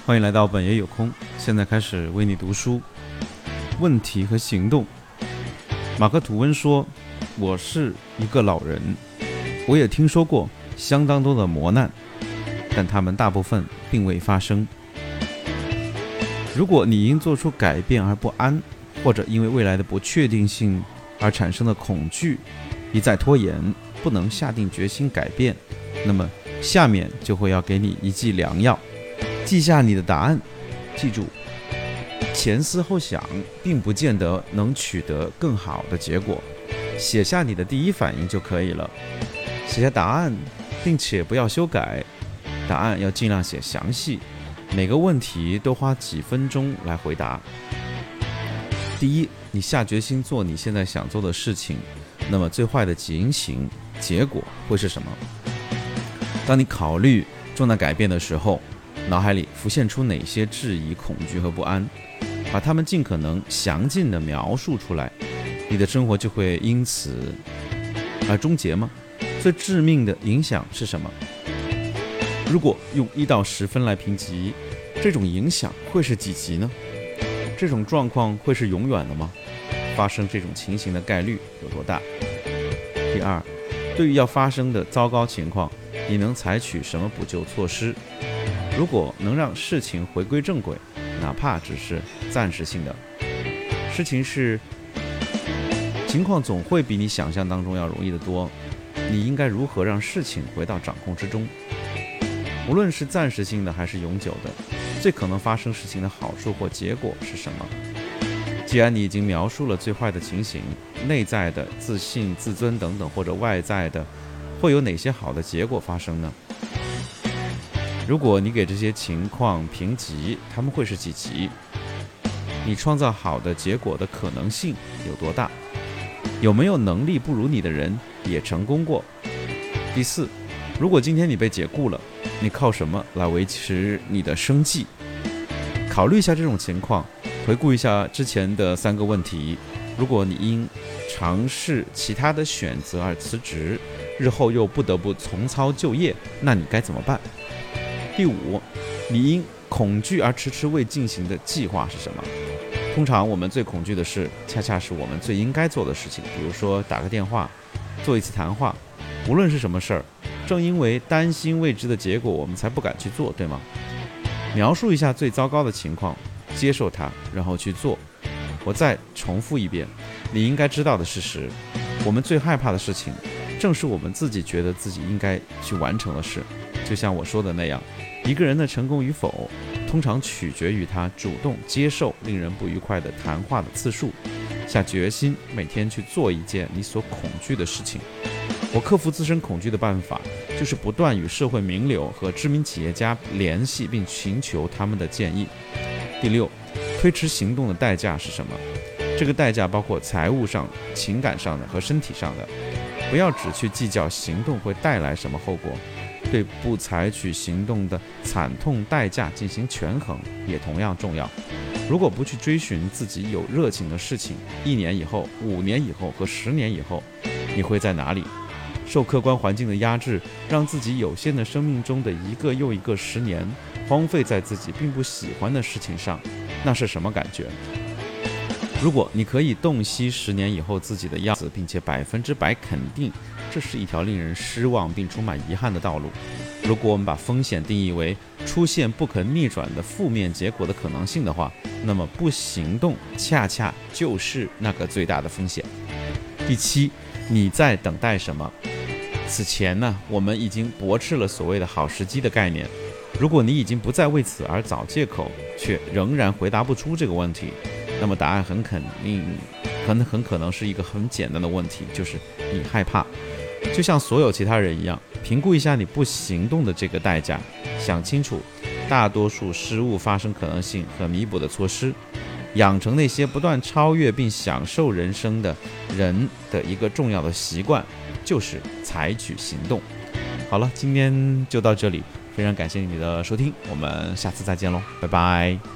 欢迎来到本爷有空，现在开始为你读书。问题和行动。马克吐温说，我是一个老人，我也听说过相当多的磨难，但他们大部分并未发生。如果你因做出改变而不安，或者因为未来的不确定性而产生的恐惧，一再拖延，不能下定决心改变，那么下面就会要给你一剂良药。记下你的答案，记住，前思后想并不见得能取得更好的结果，写下你的第一反应就可以了。写下答案，并且不要修改，答案要尽量写详细，每个问题都花几分钟来回答。第一，你下决心做你现在想做的事情，那么最坏的情形结果会是什么？当你考虑重大改变的时候，脑海里浮现出哪些质疑、恐惧和不安，把它们尽可能详尽地描述出来，你的生活就会因此而终结吗？最致命的影响是什么？如果用1到10分来评级，这种影响会是几级呢？这种状况会是永远的吗？发生这种情形的概率有多大？第二，对于要发生的糟糕情况，你能采取什么补救措施？如果能让事情回归正轨，哪怕只是暂时性的，情况总会比你想象当中要容易得多。你应该如何让事情回到掌控之中？无论是暂时性的还是永久的，最可能发生事情的好处或结果是什么？既然你已经描述了最坏的情形，内在的自信、自尊等等，或者外在的，会有哪些好的结果发生呢？如果你给这些情况评级，他们会是几级？你创造好的结果的可能性有多大？有没有能力不如你的人也成功过？第四，如果今天你被解雇了，你靠什么来维持你的生计？考虑一下这种情况，回顾一下之前的3个问题。如果你因尝试其他的选择而辞职，日后又不得不重操旧业，那你该怎么办？第五，你因恐惧而迟迟未进行的计划是什么？通常我们最恐惧的事，恰恰是我们最应该做的事情，比如说打个电话，做一次谈话，无论是什么事儿，正因为担心未知的结果，我们才不敢去做，对吗？描述一下最糟糕的情况，接受它，然后去做。我再重复一遍，你应该知道的事实，我们最害怕的事情，正是我们自己觉得自己应该去完成的事。就像我说的那样，一个人的成功与否，通常取决于他主动接受令人不愉快的谈话的次数，下决心每天去做一件你所恐惧的事情。我克服自身恐惧的办法，就是不断与社会名流和知名企业家联系，并寻求他们的建议。第六，推迟行动的代价是什么？这个代价包括财务上、情感上的和身体上的。不要只去计较行动会带来什么后果，对不采取行动的惨痛代价进行权衡也同样重要。如果不去追寻自己有热情的事情，1年以后、5年以后和10年以后，你会在哪里？受客观环境的压制，让自己有限的生命中的一个又一个10年荒废在自己并不喜欢的事情上，那是什么感觉？如果你可以洞悉10年以后自己的样子，并且100%肯定这是一条令人失望并充满遗憾的道路，如果我们把风险定义为出现不可逆转的负面结果的可能性的话，那么不行动恰恰就是那个最大的风险。第七，你在等待什么？此前呢，我们已经驳斥了所谓的好时机的概念。如果你已经不再为此而找借口，却仍然回答不出这个问题，那么答案很可能是一个很简单的问题，就是你害怕。就像所有其他人一样，评估一下你不行动的这个代价，想清楚大多数失误发生可能性和弥补的措施，养成那些不断超越并享受人生的人的一个重要的习惯，就是采取行动。好了，今天就到这里，非常感谢你的收听，我们下次再见喽，拜拜。